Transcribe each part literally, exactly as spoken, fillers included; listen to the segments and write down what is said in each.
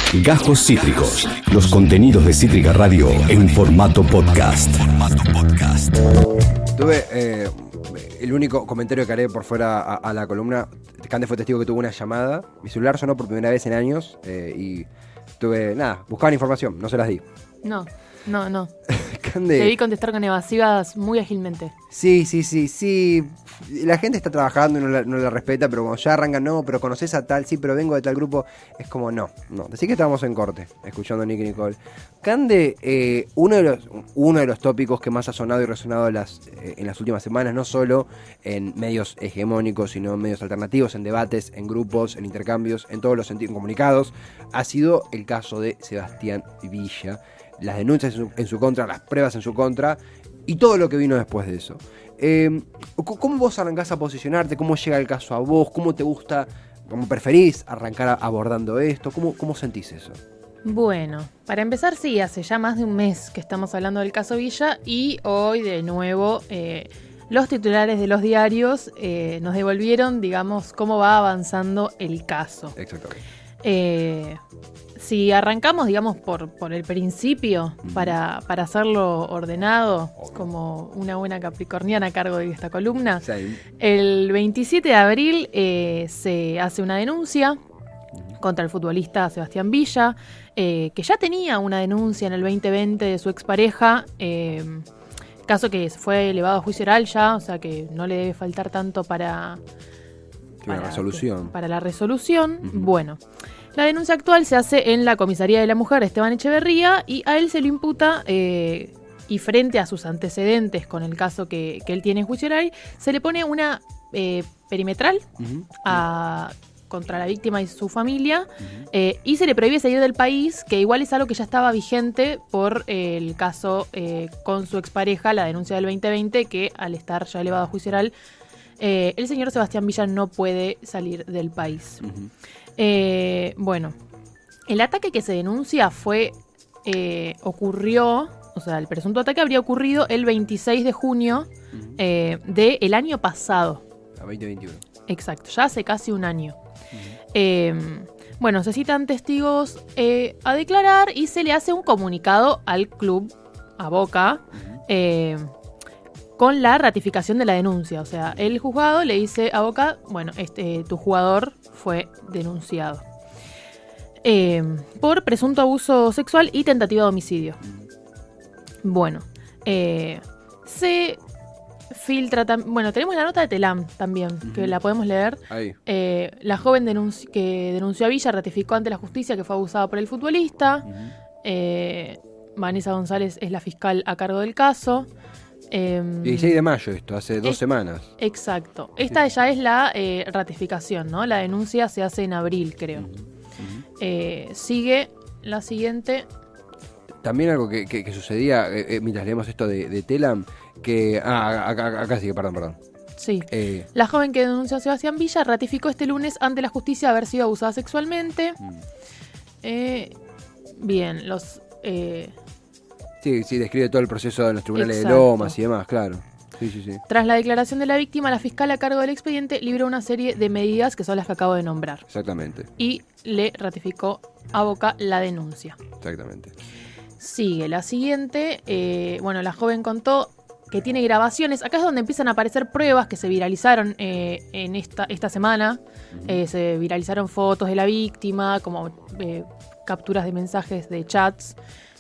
Gajos Cítricos. Los contenidos de Cítrica Radio en formato podcast. Tuve eh, el único comentario que haré por fuera a, a la columna. Cande fue testigo que tuvo una llamada. Mi celular sonó por primera vez en años eh, y tuve, nada, buscaban información, no se las di. No, no, no. Cande. Debí contestar con evasivas muy ágilmente. Sí, sí, sí, sí. La gente está trabajando y no la, no la respeta, pero cuando ya arrancan, no, pero conoces a tal, sí, pero vengo de tal grupo, es como, no, no. Así que estábamos en corte, escuchando a Nicky Nicole. Cande, eh, uno, de los, uno de los tópicos que más ha sonado y resonado las, eh, en las últimas semanas, no solo en medios hegemónicos, sino en medios alternativos, en debates, en grupos, en intercambios, en todos los sentidos comunicados, ha sido el caso de Sebastián Villa. Las denuncias en su, en su contra, las pruebas en su contra y todo lo que vino después de eso. Eh, ¿Cómo vos arrancás a posicionarte? ¿Cómo llega el caso a vos? ¿Cómo te gusta, cómo preferís arrancar abordando esto? ¿Cómo, cómo sentís eso? Bueno, para empezar, sí, hace ya más de un mes que estamos hablando del caso Villa y hoy de nuevo eh, los titulares de los diarios eh, nos devolvieron, digamos, cómo va avanzando el caso. Exactamente. Eh, si arrancamos, digamos, por, por el principio, uh-huh. para, para hacerlo ordenado, okay. como una buena capricorniana a cargo de esta columna, sí. El veintisiete de abril eh, se hace una denuncia uh-huh. contra el futbolista Sebastián Villa, eh, que ya tenía una denuncia en el veinte veinte de su expareja, eh, caso que fue elevado a juicio oral ya, o sea que no le debe faltar tanto para... Para, la resolución. para la resolución. Uh-huh. Bueno, la denuncia actual se hace en la Comisaría de la Mujer Esteban Echeverría y a él se le imputa, eh, y frente a sus antecedentes con el caso que, que él tiene en juicio oral, se le pone una eh, perimetral uh-huh. a, contra la víctima y su familia uh-huh. eh, y se le prohíbe salir del país, que igual es algo que ya estaba vigente por eh, el caso eh, con su expareja, la denuncia del veinte veinte, que al estar ya elevado a juicio oral, Eh, el señor Sebastián Villa no puede salir del país. Uh-huh. Eh, bueno, el ataque que se denuncia fue, eh, ocurrió, o sea, el presunto ataque habría ocurrido el veintiséis de junio uh-huh. eh, del año pasado. A veinte veintiuno. Exacto, ya hace casi un año. Uh-huh. Eh, bueno, se citan testigos eh, a declarar y se le hace un comunicado al club, a Boca, uh-huh. eh, con la ratificación de la denuncia. O sea, el juzgado le dice a Boca, bueno, este, tu jugador fue denunciado eh, por presunto abuso sexual y tentativa de homicidio. Bueno, eh, se filtra también... Bueno, tenemos la nota de Telam también, uh-huh. que la podemos leer. Ahí. Eh, la joven denunci- que denunció a Villa ratificó ante la justicia que fue abusada por el futbolista. Uh-huh. Eh, Vanessa González es la fiscal a cargo del caso. Eh, dieciséis de mayo esto, hace dos es, semanas. Exacto. Esta sí. ya es la eh, ratificación, ¿no? La denuncia se hace en abril, creo. Uh-huh. Uh-huh. Eh, sigue la siguiente. También algo que, que, que sucedía eh, eh, mientras leemos esto de, de Telam, que... Ah, acá, acá sigue, perdón, perdón. Sí. Eh. La joven que denunció a Sebastián Villa ratificó este lunes ante la justicia haber sido abusada sexualmente. Mm. Eh, bien, los... Eh, Sí, sí, describe todo el proceso de los tribunales Exacto. de Lomas y demás, claro. Sí, sí, sí. Tras la declaración de la víctima, la fiscal a cargo del expediente libró una serie de medidas que son las que acabo de nombrar. Exactamente. Y le ratificó a Boca la denuncia. Exactamente. Sigue la siguiente. Eh, bueno, la joven contó que tiene grabaciones. Acá es donde empiezan a aparecer pruebas que se viralizaron eh, en esta, esta semana. Uh-huh. Eh, se viralizaron fotos de la víctima, como eh, capturas de mensajes de chats.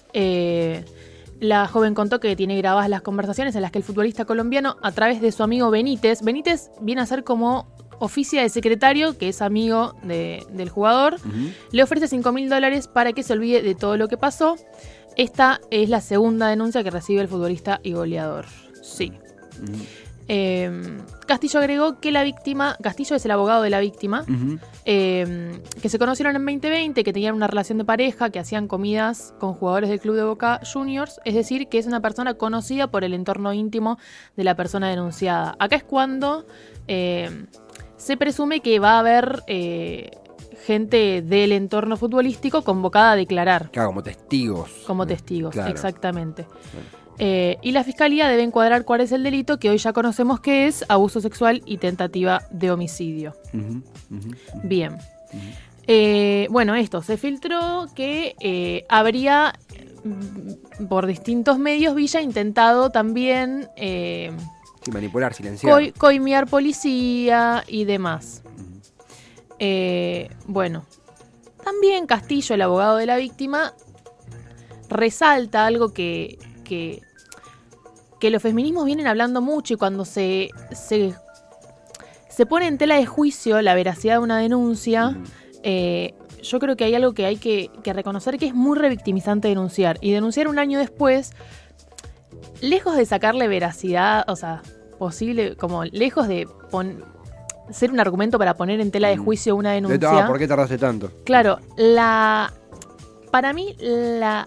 Eh, la joven contó que tiene grabadas las conversaciones en las que el futbolista colombiano, a través de su amigo Benítez, Benítez viene a ser como oficia de secretario, que es amigo de, del jugador, uh-huh. le ofrece cinco mil dólares para que se olvide de todo lo que pasó. Esta es la segunda denuncia que recibe el futbolista y goleador. Sí. Uh-huh. Eh, Castillo agregó que la víctima, Castillo es el abogado de la víctima, uh-huh. eh, que se conocieron en veinte veinte, que tenían una relación de pareja, que hacían comidas con jugadores del club de Boca Juniors, es decir, que es una persona conocida por el entorno íntimo de la persona denunciada. Acá es cuando eh, se presume que va a haber eh, gente del entorno futbolístico convocada a declarar. Claro, como testigos. Como testigos, claro. Exactamente. Bueno. Eh, y la fiscalía debe encuadrar cuál es el delito, que hoy ya conocemos que es abuso sexual y tentativa de homicidio. Uh-huh, uh-huh, uh-huh. Bien. Uh-huh. Eh, bueno, esto, se filtró que eh, habría, mm, por distintos medios, Villa intentado también eh, Sí, manipular, silenciar. coi- coimear policía y demás. Ujú. Eh, bueno, también Castillo, el abogado de la víctima, resalta algo que, que, que los feminismos vienen hablando mucho y cuando se, se, se pone en tela de juicio la veracidad de una denuncia, Ujú. eh, yo creo que hay algo que hay que, que reconocer, que es muy revictimizante denunciar. Y denunciar un año después, lejos de sacarle veracidad, o sea, posible, como lejos de pon- ser un argumento para poner en tela de Mm. juicio una De- denuncia. Ah, ¿por qué tardaste tanto? Claro, la. Para mí, la.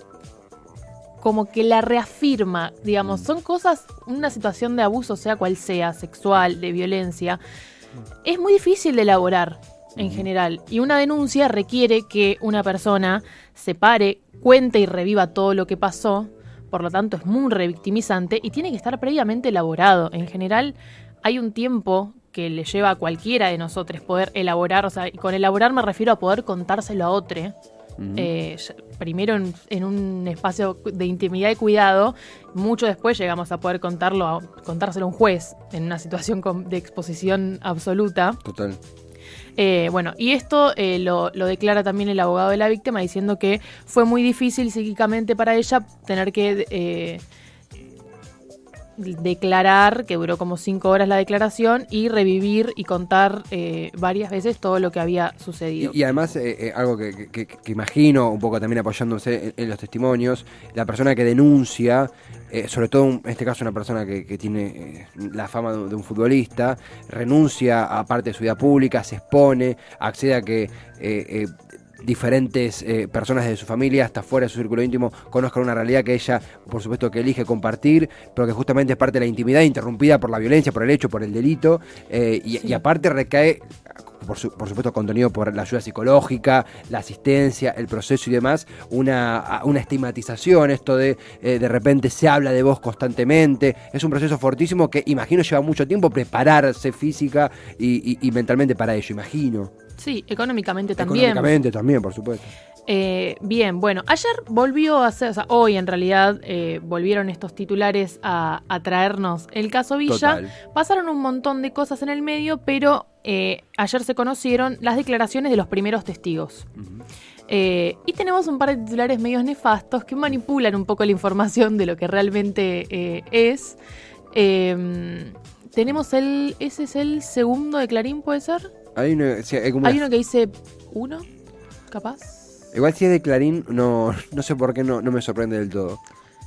Como que la reafirma, digamos, Mm. son cosas, una situación de abuso, sea cual sea, sexual, de violencia, es muy difícil de elaborar en Mm. general. Y una denuncia requiere que una persona se pare, cuente y reviva todo lo que pasó. Por lo tanto, es muy revictimizante y tiene que estar previamente elaborado. En general, hay un tiempo que le lleva a cualquiera de nosotros poder elaborar, o sea, y con elaborar me refiero a poder contárselo a otro. Ujú. Eh, ya- primero en, en un espacio de intimidad y cuidado, mucho después llegamos a poder contarlo a- contárselo a un juez en una situación con- de exposición absoluta. Total. Eh, bueno, y esto eh, lo, lo declara también el abogado de la víctima, diciendo que fue muy difícil psíquicamente para ella tener que eh, declarar, que duró como cinco horas la declaración, y revivir y contar eh, varias veces todo lo que había sucedido. Y, y además, eh, eh, algo que, que- que imagino, un poco también apoyándose en, en los testimonios, la persona que denuncia, eh, sobre todo en este caso una persona que, que tiene eh, la fama de, de un futbolista, renuncia a parte de su vida pública, se expone, accede a que eh, eh, diferentes eh, personas de su familia, hasta fuera de su círculo íntimo, conozcan una realidad que ella, por supuesto, que elige compartir, pero que justamente es parte de la intimidad, interrumpida por la violencia, por el hecho, por el delito, eh, y, Sí. y aparte recae, por, su- por supuesto, contenido por la ayuda psicológica, la asistencia, el proceso y demás, una, una estigmatización, esto de eh, de repente se habla de vos constantemente, es un proceso fortísimo que imagino lleva mucho tiempo prepararse física y, y- y mentalmente para ello, imagino. Sí, económicamente también. Económicamente también, por supuesto. Eh, bien, bueno, ayer volvió a ser, o sea, hoy en realidad eh, volvieron estos titulares a, a traernos el caso Villa. Total. Pasaron un montón de cosas en el medio, pero eh, ayer se conocieron las declaraciones de los primeros testigos. Ujú. Eh, y tenemos un par de titulares medios nefastos que manipulan un poco la información de lo que realmente eh, es. Eh, tenemos el, ese es el segundo de Clarín, ¿puede ser? Hay uno, sí, hay como Hay una- uno que dice uno, capaz. Igual si es de Clarín, no, no sé por qué no, no me sorprende del todo.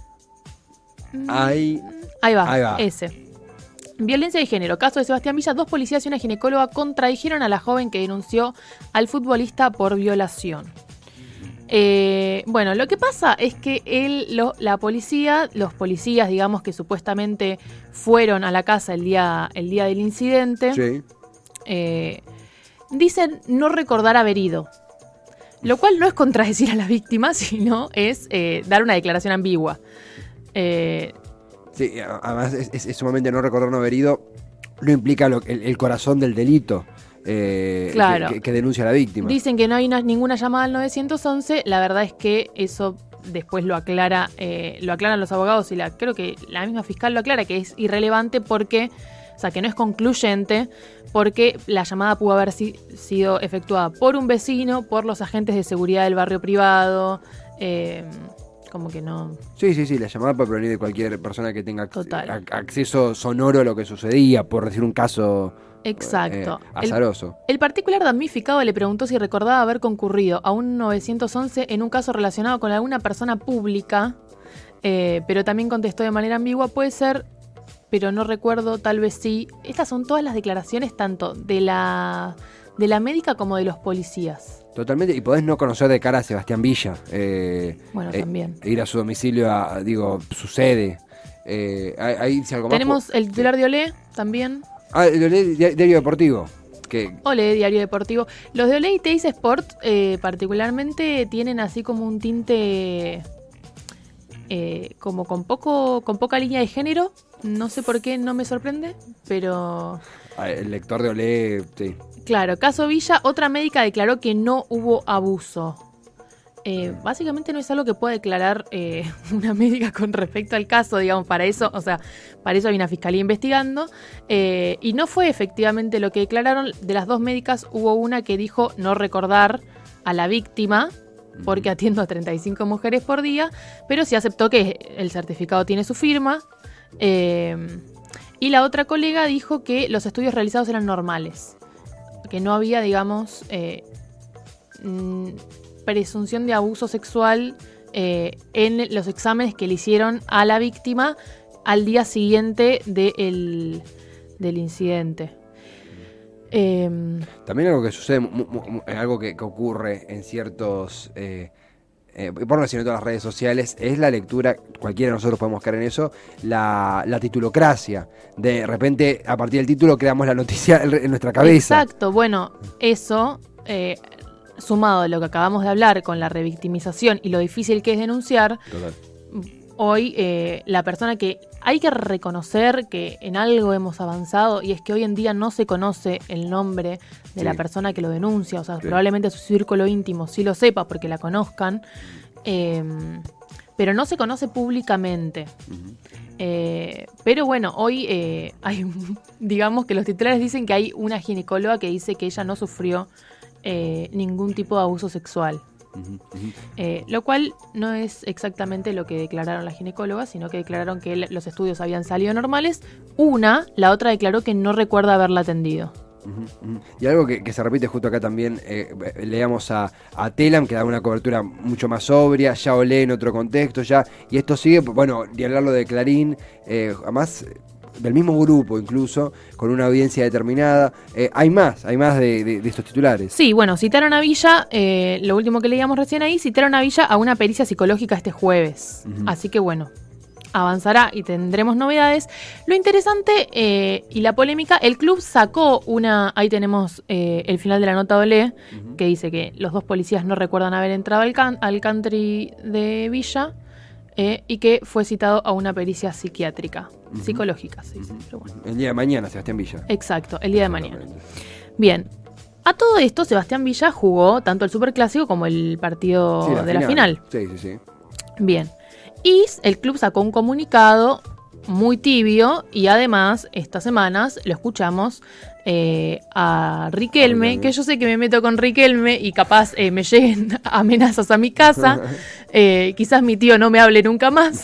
Hay... Ahí va, Ahí va. ese. Violencia de género. Caso de Sebastián Villa. Dos policías y una ginecóloga contradijeron a la joven que denunció al futbolista por violación. Eh, bueno, lo que pasa es que él, lo- la policía, los policías, digamos, que supuestamente fueron a la casa el día, el día del incidente, Sí. eh, dicen no recordar haber ido. Lo cual no es contradecir a la víctima, sino es eh, dar una declaración ambigua. Eh, Sí, a- además es, es- es sumamente no recordar no haber ido, no implica lo- el, el corazón del delito eh, Claro. que, que- que denuncia la víctima. Dicen que no hay una- ninguna llamada al nueve once. La verdad es que eso después lo aclara, eh, lo aclaran los abogados y la, creo que la misma fiscal lo aclara, que es irrelevante porque, o sea, que no es concluyente, porque la llamada pudo haber si- sido efectuada por un vecino, por los agentes de seguridad del barrio privado, eh, como que no. Sí, sí, sí, la llamada puede provenir de cualquier persona que tenga ac- Total. ac- acceso sonoro a lo que sucedía, por decir un caso Exacto. eh, El- azaroso. El particular damnificado le preguntó si recordaba haber concurrido a un nueve once en un caso relacionado con alguna persona pública, eh, pero también contestó de manera ambigua, puede ser, pero no recuerdo, tal vez sí. Estas son todas las declaraciones tanto de la, de la médica como de los policías. Totalmente, y podés no conocer de cara a Sebastián Villa. eh, Bueno, eh, también. Ir a su domicilio, a, digo, sucede. Eh, ahí ahí dice algo más. Tenemos el titular de Olé también. Ah, el de Di- Diario Deportivo. Que, Olé, Diario Deportivo. Los de Olé y Teis Sport eh, particularmente tienen así como un tinte eh, como con poco con poca línea de género. No sé por qué, no me sorprende, pero el lector de Olé, sí. Claro, caso Villa, otra médica declaró que no hubo abuso. Eh, básicamente no es algo que pueda declarar eh, una médica con respecto al caso, digamos, para eso, o sea, para eso hay una fiscalía investigando, eh, y no fue efectivamente lo que declararon. De las dos médicas hubo una que dijo no recordar a la víctima, porque atiendo a treinta y cinco mujeres por día, pero sí aceptó que el certificado tiene su firma, eh, y la otra colega dijo que los estudios realizados eran normales, que no había, digamos, eh, mmm, presunción de abuso sexual eh, en los exámenes que le hicieron a la víctima al día siguiente de el, del incidente. Eh, También algo que sucede, mu, mu, algo que, que ocurre en ciertos, eh, eh, por no decir en todas las redes sociales, es la lectura, cualquiera de nosotros podemos caer en eso, la, la titulocracia. De repente, a partir del título, creamos la noticia en, en nuestra cabeza. Exacto, bueno, eso... Eh, sumado a lo que acabamos de hablar con la revictimización y lo difícil que es denunciar, total. Hoy eh, la persona que hay que reconocer que en algo hemos avanzado, y es que hoy en día no se conoce el nombre de sí. la persona que lo denuncia, o sea, sí. probablemente su círculo íntimo sí lo sepa porque la conozcan, eh, pero no se conoce públicamente. Uh-huh. Eh, pero bueno, hoy eh, hay, digamos que los titulares dicen que hay una ginecóloga que dice que ella no sufrió Eh, ningún tipo de abuso sexual, uh-huh, uh-huh. Eh, lo cual no es exactamente lo que declararon las ginecólogas, sino que declararon que los estudios habían salido normales. Una, la otra declaró que no recuerda haberla atendido. Uh-huh, uh-huh. Y algo que, que se repite justo acá también, eh, leamos a, a Telam, que da una cobertura mucho más sobria, ya Olé en otro contexto, ya, y esto sigue, bueno, ni hablarlo de Clarín, eh, además... del mismo grupo incluso, con una audiencia determinada. Eh, hay más, hay más de, de, de estos titulares. Sí, bueno, citaron a Villa, eh, lo último que leíamos recién ahí, citaron a Villa a una pericia psicológica este jueves. Uh-huh. Así que bueno, avanzará y tendremos novedades. Lo interesante eh, y la polémica, el club sacó una, ahí tenemos eh, el final de la nota de Olé, uh-huh. que dice que los dos policías no recuerdan haber entrado al, can- al country de Villa, Eh, y que fue citado a una pericia psiquiátrica, uh-huh. psicológica, sí, uh-huh. pero bueno. El día de mañana, Sebastián Villa. Exacto, el día de mañana. Bien, a todo esto, Sebastián Villa jugó tanto el Superclásico como el partido sí, la de final. la final. Sí, sí, sí. Bien, y el club sacó un comunicado muy tibio, y además, estas semanas lo escuchamos eh, a Riquelme, Ay, que yo sé que me meto con Riquelme y capaz eh, me lleguen amenazas a mi casa. Eh, quizás mi tío no me hable nunca más.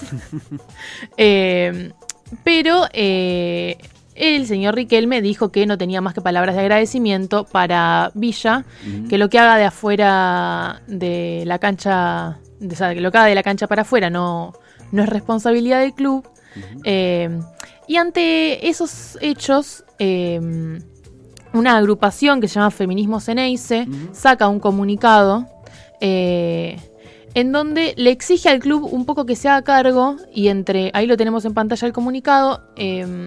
eh, pero eh, el señor Riquelme dijo que no tenía más que palabras de agradecimiento para Villa, uh-huh. que lo que haga de afuera de la cancha, de, o sea, que lo que haga de la cancha para afuera no, no es responsabilidad del club. Uh-huh. Eh, y ante esos hechos, eh, una agrupación que se llama Feminismo Ceneice uh-huh. saca un comunicado eh, en donde le exige al club un poco que se haga cargo, y entre ahí lo tenemos en pantalla el comunicado, eh,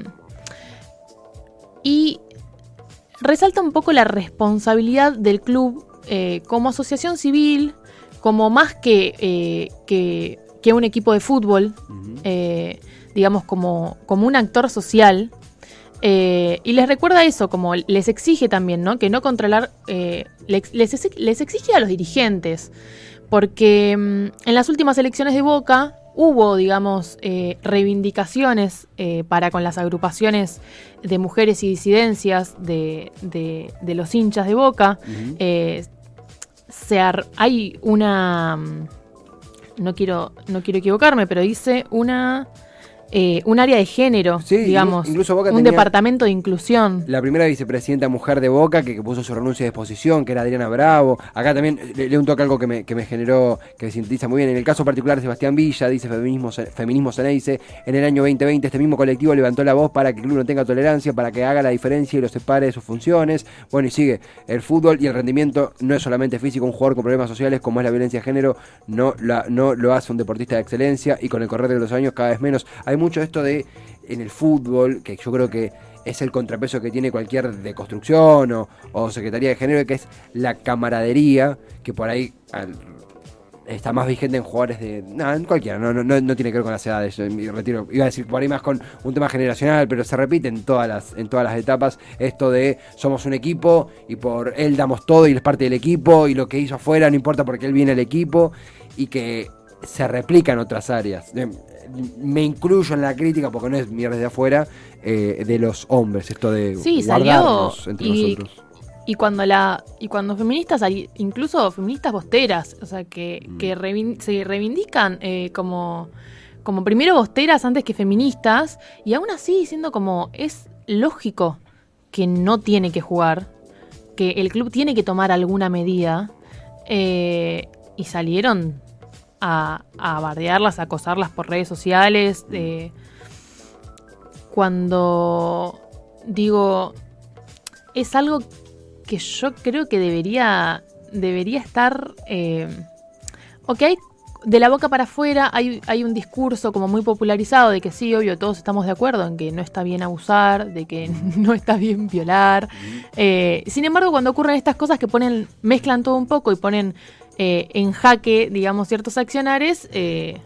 y resalta un poco la responsabilidad del club eh, como asociación civil, como más que, eh, que, que un equipo de fútbol, uh-huh. eh, digamos como, como un actor social. Eh, y les recuerda eso, como les exige también, ¿no? Que no controlar, eh, les, les, les exige a los dirigentes, porque mmm, en las últimas elecciones de Boca hubo, digamos, eh, reivindicaciones eh, para con las agrupaciones de mujeres y disidencias de, de, de los hinchas de Boca. Uh-huh. Eh, se ar- hay una, no quiero, no quiero equivocarme, pero dice una... Eh, un área de género, sí, digamos, incluso Boca un departamento de inclusión. La primera vicepresidenta mujer de Boca que, que puso su renuncia de exposición, que era Adriana Bravo. Acá también le, le un toque algo que me, que me generó, que sintetiza muy bien. En el caso particular de Sebastián Villa, dice Feminismo, Feminismo Ceneice, en el año veinte veinte este mismo colectivo levantó la voz para que el club no tenga tolerancia, para que haga la diferencia y lo separe de sus funciones. Bueno, y sigue, el fútbol y el rendimiento no es solamente físico. Un jugador con problemas sociales como es la violencia de género no, la, no lo hace un deportista de excelencia, y con el correr de los años cada vez menos. Hay mucho esto de en el fútbol, que yo creo que es el contrapeso que tiene cualquier deconstrucción o, o Secretaría de Género, que es la camaradería, que por ahí al, está más vigente en jugadores de... No, en cualquiera, no, no, no, no tiene que ver con las edades. Me retiro, iba a decir por ahí más con un tema generacional, pero se repite en todas las, en todas las etapas esto de somos un equipo y por él damos todo y él es parte del equipo y lo que hizo afuera no importa porque él viene al equipo, y que se replica en otras áreas. Me incluyo en la crítica porque no es mierda de afuera, eh, de los hombres, esto de sí, guardarnos salió entre y, nosotros. Y cuando la y cuando feministas, hay incluso feministas bosteras, o sea, que, mm. que reivin, se reivindican eh, como, como primero bosteras antes que feministas, y aún así diciendo como es lógico que no tiene que jugar, que el club tiene que tomar alguna medida, eh, y salieron a, a bardearlas, a acosarlas por redes sociales. Eh, cuando digo, es algo que yo creo que debería debería estar, eh, ok, de la boca para afuera hay, hay un discurso como muy popularizado de que sí, obvio, todos estamos de acuerdo en que no está bien abusar, de que no está bien violar. Eh, sin embargo, cuando ocurren estas cosas que ponen, mezclan todo un poco y ponen eh, en jaque, digamos, ciertos accionares, eh,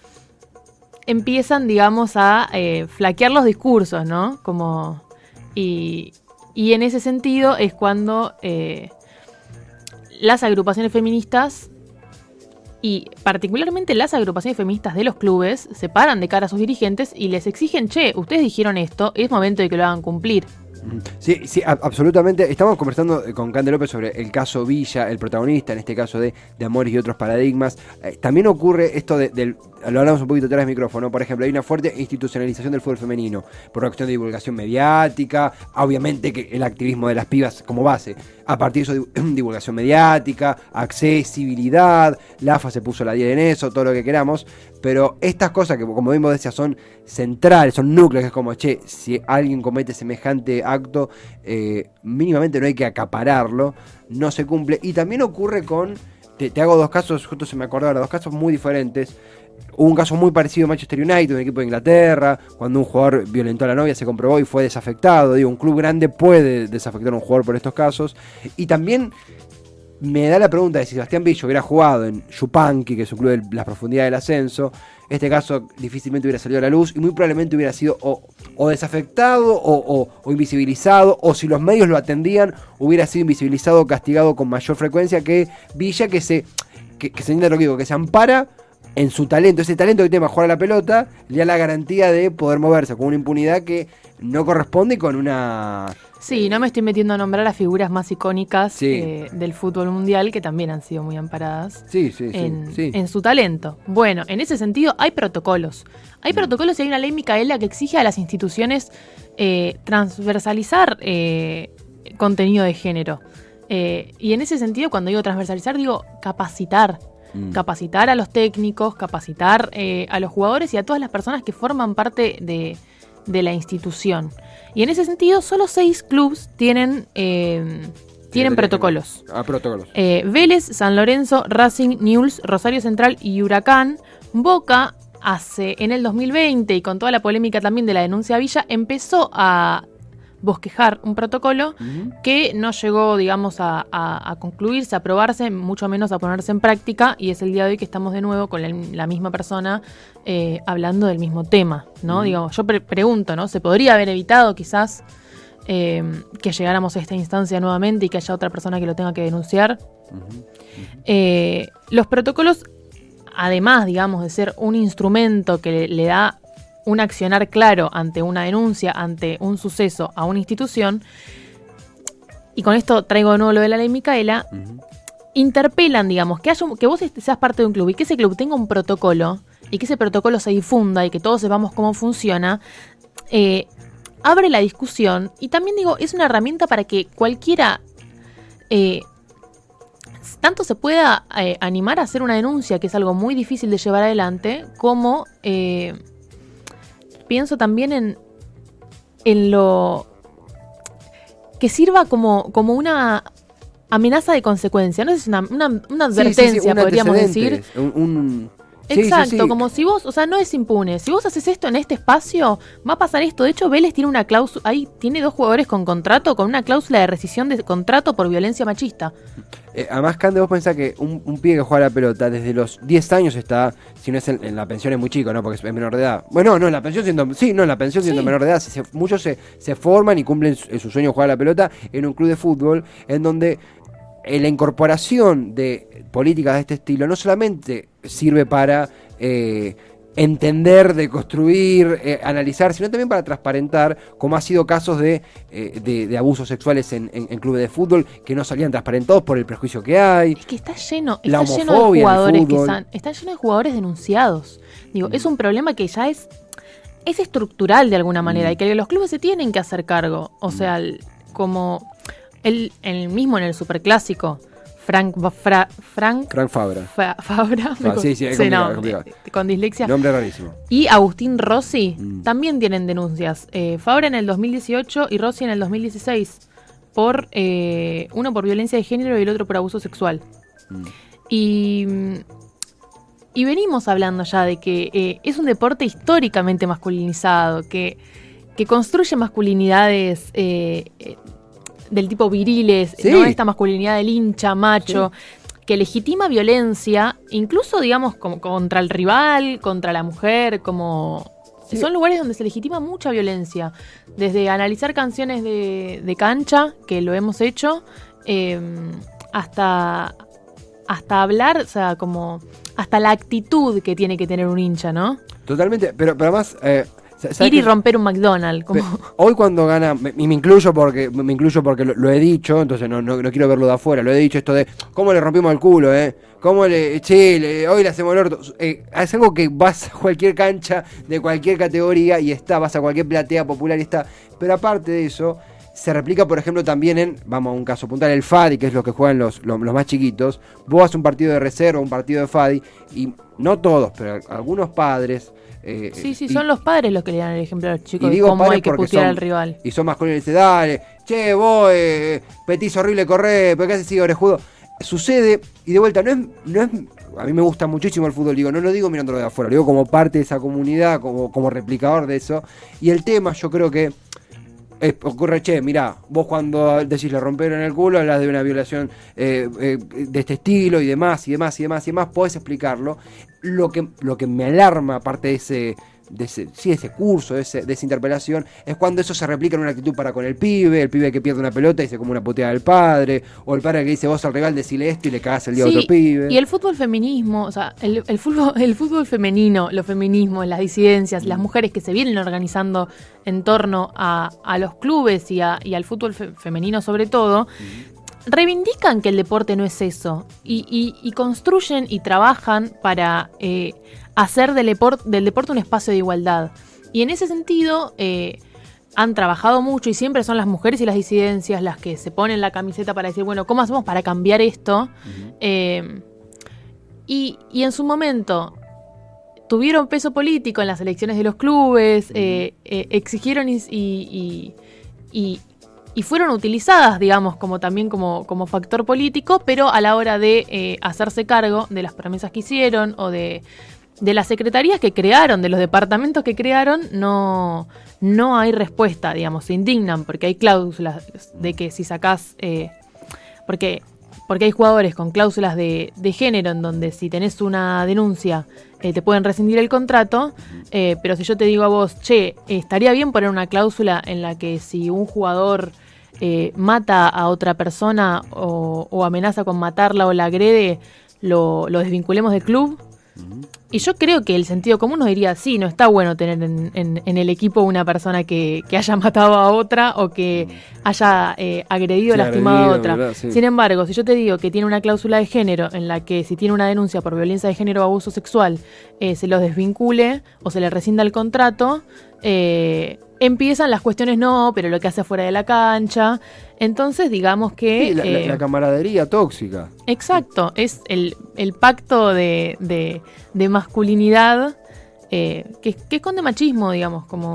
empiezan, digamos, a eh, flaquear los discursos, ¿no? Como y, y en ese sentido es cuando eh, las agrupaciones feministas y particularmente las agrupaciones feministas de los clubes se paran de cara a sus dirigentes y les exigen, che, ustedes dijeron esto, es momento de que lo hagan cumplir. Sí, sí, a- absolutamente. Estamos conversando con Cande López sobre el caso Villa, el protagonista, en este caso de, de Amores y otros paradigmas. Eh, también ocurre esto de, del, lo hablamos un poquito atrás del micrófono, por ejemplo, hay una fuerte institucionalización del fútbol femenino, por una cuestión de divulgación mediática, obviamente que el activismo de las pibas como base, a partir de eso, divulgación mediática, accesibilidad, la A F A se puso la diez en eso, todo lo que queramos, pero estas cosas que, como bien vos decías, son centrales, son núcleos, que es como, che, si alguien comete semejante acto, eh, mínimamente no hay que acapararlo, no se cumple. Y también ocurre con, te, te hago dos casos, justo se me acordaron, dos casos muy diferentes. Hubo un caso muy parecido en Manchester United, un equipo de Inglaterra, cuando un jugador violentó a la novia, se comprobó y fue desafectado. Digo, un club grande puede desafectar a un jugador por estos casos. Y también me da la pregunta de si Sebastián Villo hubiera jugado en Yupanqui, que es un club de las profundidades del ascenso, este caso difícilmente hubiera salido a la luz y muy probablemente hubiera sido o, o desafectado o, o, o invisibilizado, o si los medios lo atendían, hubiera sido invisibilizado o castigado con mayor frecuencia que Villa, que se, que, que se entiende lo que digo, que se ampara en su talento, ese talento que tiene para jugar a la pelota, le da la garantía de poder moverse con una impunidad que no corresponde con una... Sí, no me estoy metiendo a nombrar las figuras más icónicas Sí. eh, del fútbol mundial, que también han sido muy amparadas Sí, sí, sí, en, sí. en su talento. Bueno, en ese sentido hay protocolos. Hay Mm. protocolos y hay una ley Micaela que exige a las instituciones eh, transversalizar eh, contenido de género. Eh, y en ese sentido, cuando digo transversalizar, digo capacitar. Mm. Capacitar a los técnicos, capacitar eh, a los jugadores y a todas las personas que forman parte de, de la institución. Y en ese sentido, solo seis clubes tienen, eh, tienen protocolos. Ah, protocolos. Eh, Vélez, San Lorenzo, Racing, Newell's, Rosario Central y Huracán. Boca, hace en el dos mil veinte, y con toda la polémica también de la denuncia a Villa, empezó a bosquejar un protocolo Uh-huh. que no llegó, digamos, a, a, a concluirse, a aprobarse, mucho menos a ponerse en práctica, y es el día de hoy que estamos de nuevo con la, la misma persona eh, hablando del mismo tema, ¿no? Uh-huh. Digamos, yo pre- pregunto, ¿no? ¿Se podría haber evitado quizás eh, que llegáramos a esta instancia nuevamente y que haya otra persona que lo tenga que denunciar? Uh-huh. Eh, los protocolos, además, digamos, de ser un instrumento que le, le da un accionar claro ante una denuncia, ante un suceso a una institución, y con esto traigo de nuevo lo de la ley Micaela, Uh-huh. interpelan, digamos, que, haya un- que vos est- seas parte de un club y que ese club tenga un protocolo y que ese protocolo se difunda y que todos sepamos cómo funciona, eh, abre la discusión y también, digo, es una herramienta para que cualquiera eh, tanto se pueda eh, animar a hacer una denuncia, que es algo muy difícil de llevar adelante, como eh, pienso también en, en lo que sirva como, como una amenaza de consecuencia. No sé si es una, una, una Sí, advertencia, sí, sí, un podríamos antecedente, decir. Un, un- Exacto, sí, sí. como si vos, o sea, no es impune. Si vos haces esto en este espacio, va a pasar esto. De hecho, Vélez tiene una cláusula, ahí tiene dos jugadores con contrato, con una cláusula de rescisión de contrato por violencia machista. Eh, además, Cande, vos pensás que un, un pibe que juega a la pelota desde los diez años está, si no es en, en la pensión es muy chico, ¿no? Porque es menor de edad. Bueno, no, en la pensión siendo, sí, no, en la pensión siendo Sí. menor de edad. Se, muchos se, se forman y cumplen su, su sueño de jugar a la pelota en un club de fútbol, en donde eh, la incorporación de políticas de este estilo no solamente sirve para eh, entender, de construir, eh, analizar, sino también para transparentar, como ha sido casos de, eh, de, de abusos sexuales en, en, en clubes de fútbol que no salían transparentados por el prejuicio que hay. Es que está lleno, La está lleno de homofobia en el jugadores que fútbol. están, está lleno de jugadores denunciados. Digo, es un problema que ya es, es estructural de alguna manera Mm. y que los clubes se tienen que hacer cargo. O sea, el- como el, el mismo en el superclásico, Frank Fra- Frank Frank Fabra. Fa- Fabra, me Ah, co- sí, sí, es sí, complicado, no, es complicado. eh, con dislexia. Nombre rarísimo. Y Agustín Rossi Mm. también tienen denuncias. Eh, Fabra en el dos mil dieciocho y Rossi en el dos mil dieciséis. Por, eh, uno por violencia de género y el otro por abuso sexual. Mm. Y, y venimos hablando ya de que eh, es un deporte históricamente masculinizado, que, que construye masculinidades eh, eh, del tipo viriles, Sí. ¿no? Esta masculinidad del hincha, macho, que legitima violencia, incluso, digamos, como contra el rival, contra la mujer, como... Sí. Son lugares donde se legitima mucha violencia. Desde analizar canciones de, de cancha, que lo hemos hecho, eh, hasta, hasta hablar, o sea, como... Hasta la actitud que tiene que tener un hincha, ¿no? Totalmente, pero, pero además... Eh, ¿sabes Ir y qué? romper un McDonald's. Como... Pe- Hoy cuando gana, me- y me incluyo porque me incluyo porque lo, lo he dicho, entonces no, no, no quiero verlo de afuera, lo he dicho esto de cómo le rompimos el culo, eh, cómo le, che, le- hoy le hacemos el orto. Eh, es algo que vas a cualquier cancha de cualquier categoría y está, vas a cualquier platea popular y está, pero aparte de eso, se replica por ejemplo también en, vamos a un caso puntual, el Fadi, que es lo que juegan los, los, los más chiquitos. Vos haces un partido de reserva, un partido de Fadi, y no todos, pero algunos padres... eh, Sí, sí, y- son los padres los que le dan el ejemplo a los chicos y de digo cómo padres hay que porque putear son- al rival. Y son masculinos y dice, dale, che, vos, eh, petís horrible, corre, ¿por qué haces así, orejudo? Sucede, y de vuelta, no es, no es, a mí me gusta muchísimo el fútbol, digo, no lo digo mirándolo de afuera, lo digo como parte de esa comunidad, como, como replicador de eso, y el tema yo creo que es- ocurre, che, mirá, vos cuando decís le rompieron el culo, hablas de una violación eh, eh, de este estilo y demás, y demás, y demás, y demás, podés explicarlo. Lo que, lo que me alarma, aparte de ese, de ese, sí, de ese curso, de, ese, de esa interpelación, es cuando eso se replica en una actitud para con el pibe, el pibe que pierde una pelota y se come una puteada del padre, o el padre que dice vos al rival decile esto y le cagás el día a Sí, otro pibe. y el fútbol feminismo, o sea, el, el fútbol, el fútbol femenino, los feminismos, las disidencias, las mujeres que se vienen organizando en torno a, a los clubes y, a- y al fútbol fe- femenino sobre todo, reivindican que el deporte no es eso y, y- y construyen y trabajan para eh, hacer del, depor- del deporte un espacio de igualdad. Y en ese sentido eh, han trabajado mucho y siempre son las mujeres y las disidencias las que se ponen la camiseta para decir, bueno, ¿cómo hacemos para cambiar esto? Eh, y, y en su momento tuvieron peso político en las elecciones de los clubes, eh, eh, exigieron y, y, y, y fueron utilizadas, digamos, como también como, como factor político, pero a la hora de eh, hacerse cargo de las promesas que hicieron o de, de las secretarías que crearon, de los departamentos que crearon, no, no hay respuesta, digamos, se indignan porque hay cláusulas de que si sacás... Eh, porque porque hay jugadores con cláusulas de, de género en donde si tenés una denuncia eh, te pueden rescindir el contrato, eh, pero si yo te digo a vos, che, estaría bien poner una cláusula en la que si un jugador eh, mata a otra persona o, o amenaza con matarla o la agrede, lo, lo desvinculemos del club. Y yo creo que el sentido común nos diría, sí, no está bueno tener en, en- en el equipo una persona que, que haya matado a otra o que haya eh, agredido o Sí, lastimado a agredido, otra. ¿verdad? Sí. Sin embargo, si yo te digo que tiene una cláusula de género en la que si tiene una denuncia por violencia de género o abuso sexual, eh, se los desvincule o se le rescinda el contrato, eh, empiezan las cuestiones no, pero lo que hace fuera de la cancha. Entonces, digamos que... Sí, la, la- eh, la camaradería tóxica. Exacto, es el, el pacto de, de, de masculinidad eh, que, que esconde machismo, digamos, como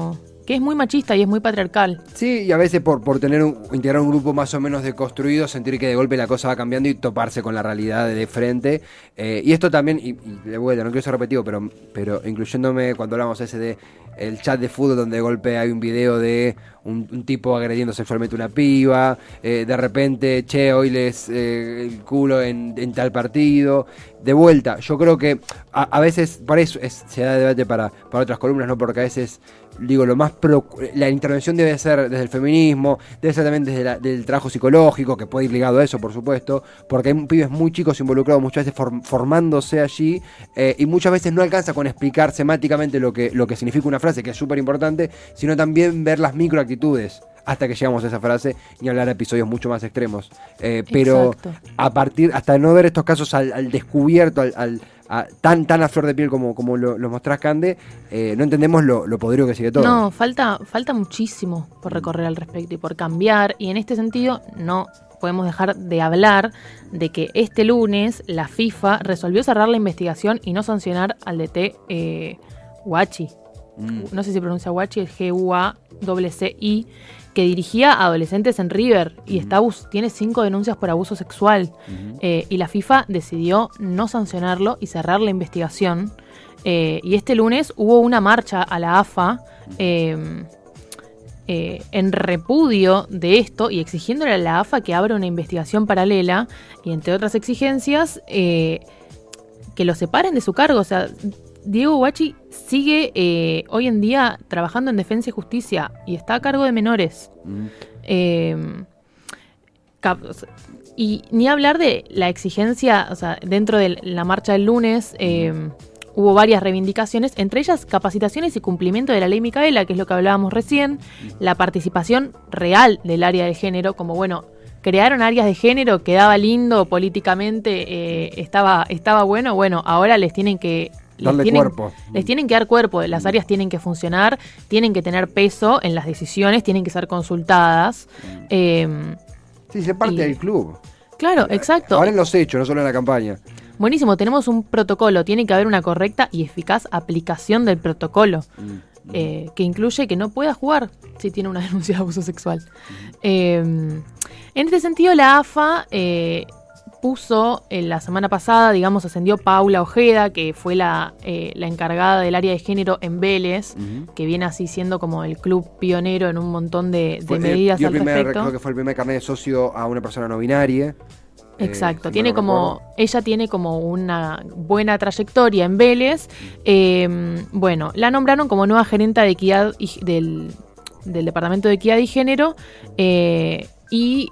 que es muy machista y es muy patriarcal. Sí, y a veces por, por tener un, integrar un grupo más o menos deconstruido, sentir que de golpe la cosa va cambiando y toparse con la realidad de frente. Eh, y esto también, y, y de vuelta, no quiero ser repetido, pero, pero incluyéndome cuando hablamos ese de el chat de fútbol donde de golpe hay un video de un, un tipo agrediendo sexualmente a una piba, eh, de repente, che, hoy les eh, el culo en, en tal partido. De vuelta, yo creo que a, a veces, para eso es, se da debate para, para otras columnas, ¿no? Porque a veces, digo, lo más pro, la intervención debe ser desde el feminismo, debe ser también desde la, del trabajo psicológico, que puede ir ligado a eso, por supuesto, porque hay pibes muy chicos involucrados muchas veces form, formándose allí, eh, y muchas veces no alcanza con explicar semáticamente lo que, lo que significa una frase, que es súper importante, sino también ver las microactitudes hasta que llegamos a esa frase, ni hablar de episodios mucho más extremos. Eh, pero Exacto. a partir, hasta no ver estos casos al, al descubierto, al, al a, tan tan a flor de piel como, como lo, lo mostrás, Cande, eh, no entendemos lo, lo poderoso que sigue todo. No, falta, falta muchísimo por recorrer al respecto y por cambiar, y en este sentido no podemos dejar de hablar de que este lunes la FIFA resolvió cerrar la investigación y no sancionar al D T eh, Guachi. Mm. No sé si pronuncia Guachi, es G U A C C I, que dirigía a adolescentes en River y uh-huh. está, tiene cinco denuncias por abuso sexual. Uh-huh. Eh, y la FIFA decidió no sancionarlo y cerrar la investigación. Eh, y este lunes hubo una marcha a la A F A eh, eh, en repudio de esto y exigiéndole a la A F A que abra una investigación paralela y, entre otras exigencias, eh, que lo separen de su cargo. O sea, Diego Guachi sigue eh, hoy en día trabajando en Defensa y Justicia y está a cargo de menores. Mm. Eh, cap- y ni hablar de la exigencia, o sea, dentro de la marcha del lunes eh, mm. hubo varias reivindicaciones, entre ellas capacitaciones y cumplimiento de la ley Micaela, que es lo que hablábamos recién, mm. la participación real del área de género, como bueno, crearon áreas de género, quedaba lindo políticamente, eh, estaba, estaba bueno, bueno, ahora les tienen que... Darle les tienen, cuerpo. Les tienen que dar cuerpo, las áreas tienen que funcionar, tienen que tener peso en las decisiones, tienen que ser consultadas. Eh, sí, se parte y, del club. Claro, exacto. Ahora en los hechos, no solo en la campaña. Buenísimo, tenemos un protocolo, tiene que haber una correcta y eficaz aplicación del protocolo, mm. eh, que incluye que no pueda jugar si tiene una denuncia de abuso sexual. Mm. Eh, en este sentido, la A F A... Eh, puso en la semana pasada, digamos, ascendió Paula Ojeda, que fue la, eh, la encargada del área de género en Vélez, uh-huh. que viene así siendo como el club pionero en un montón de, de fue, medidas eh, al primer, respecto. Creo que fue el primer carnet de socio a una persona no binaria. Exacto, eh, tiene no como, recuerdo. Ella tiene como una buena trayectoria en Vélez. Eh, bueno, la nombraron como nueva gerenta de equidad y, del, del Departamento de Equidad y Género, eh, y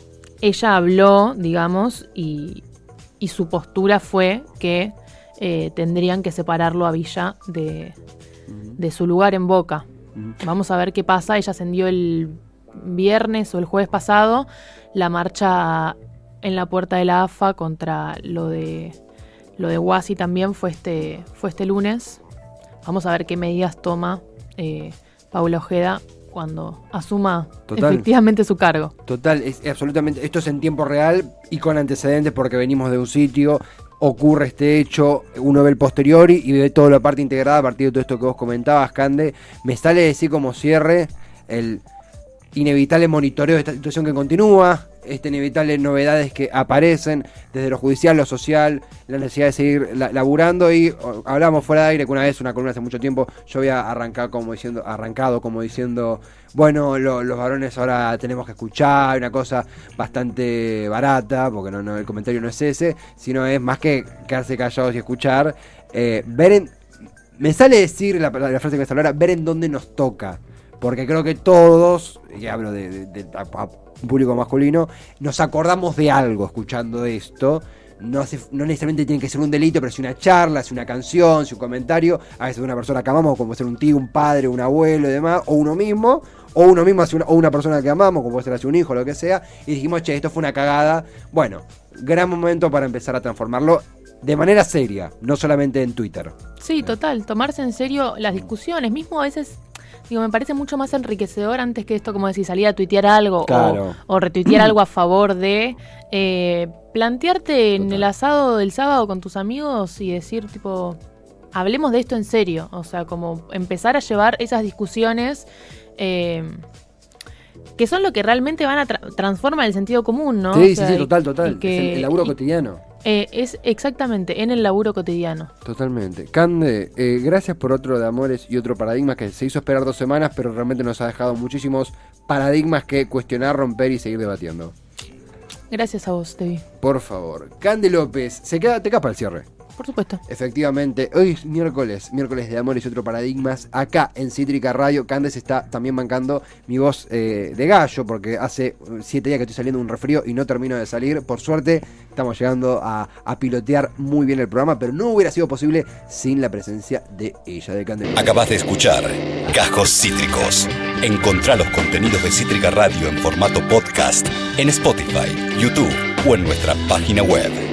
ella habló, digamos, y, y su postura fue que eh, tendrían que separarlo a Villa de, uh-huh. de su lugar en Boca. Uh-huh. Vamos a ver qué pasa. Ella ascendió el viernes o el jueves pasado la marcha en la puerta de la A F A contra lo de lo de Guasi también fue este, fue este lunes. Vamos a ver qué medidas toma eh, Paula Ojeda cuando asuma Total. efectivamente su cargo. Total, es, es absolutamente, esto es en tiempo real y con antecedentes porque venimos de un sitio, ocurre este hecho, uno ve el posteriori y ve toda la parte integrada a partir de todo esto que vos comentabas, Cande. Me sale decir como cierre el inevitable monitoreo de esta situación que continúa, este inevitable novedades que aparecen desde lo judicial, lo social, la necesidad de seguir la, laburando y o, hablamos fuera de aire que una vez, una columna hace mucho tiempo, yo había arrancado como diciendo, arrancado como diciendo, bueno, lo, los varones ahora tenemos que escuchar, una cosa bastante barata, porque no, no el comentario no es ese, sino es más que quedarse callados y escuchar, eh, ver en, me sale decir la, la, la frase que me salió ahora, ver en dónde nos toca. Porque creo que todos, y hablo de, de, de a, a un público masculino, nos acordamos de algo escuchando esto. No, hace, no necesariamente tiene que ser un delito, pero si una charla, si una canción, si un comentario, a veces de una persona que amamos, como puede ser un tío, un padre, un abuelo y demás, o uno mismo, o uno mismo hace una, o una persona que amamos, como puede ser hace un hijo, lo que sea, y dijimos, che, esto fue una cagada. Bueno, gran momento para empezar a transformarlo de manera seria, no solamente en Twitter. Sí, total, tomarse en serio las discusiones, mismo a veces... Digo, me parece mucho más enriquecedor antes que esto, como decir, salir a tuitear algo claro. o, o retuitear algo a favor de eh, plantearte Total. en el asado del sábado con tus amigos y decir, tipo, hablemos de esto en serio, o sea, como empezar a llevar esas discusiones eh, que son lo que realmente van a tra- transformar el sentido común, ¿no? Sí, o sea, sí, sí, y, total, total. y que, es el, el laburo y, cotidiano. Eh, es exactamente, en el laburo cotidiano. Totalmente. Cande, eh, gracias por otro de Amores y otro paradigma que se hizo esperar dos semanas, pero realmente nos ha dejado muchísimos paradigmas que cuestionar, romper y seguir debatiendo. Gracias a vos, Debbie. Por favor. Cande López, se queda, te capa el cierre. Por supuesto. Efectivamente, hoy es miércoles, miércoles de Amores y otro paradigmas, acá en Cítrica Radio. Candes está también bancando mi voz eh, de gallo, porque hace siete días que estoy saliendo un resfrío y no termino de salir. Por suerte, estamos llegando a, a pilotear muy bien el programa, pero no hubiera sido posible sin la presencia de ella, de Cande. Acabas de escuchar Cajos Cítricos. Encontrá los contenidos de Cítrica Radio en formato podcast en Spotify, YouTube o en nuestra página web.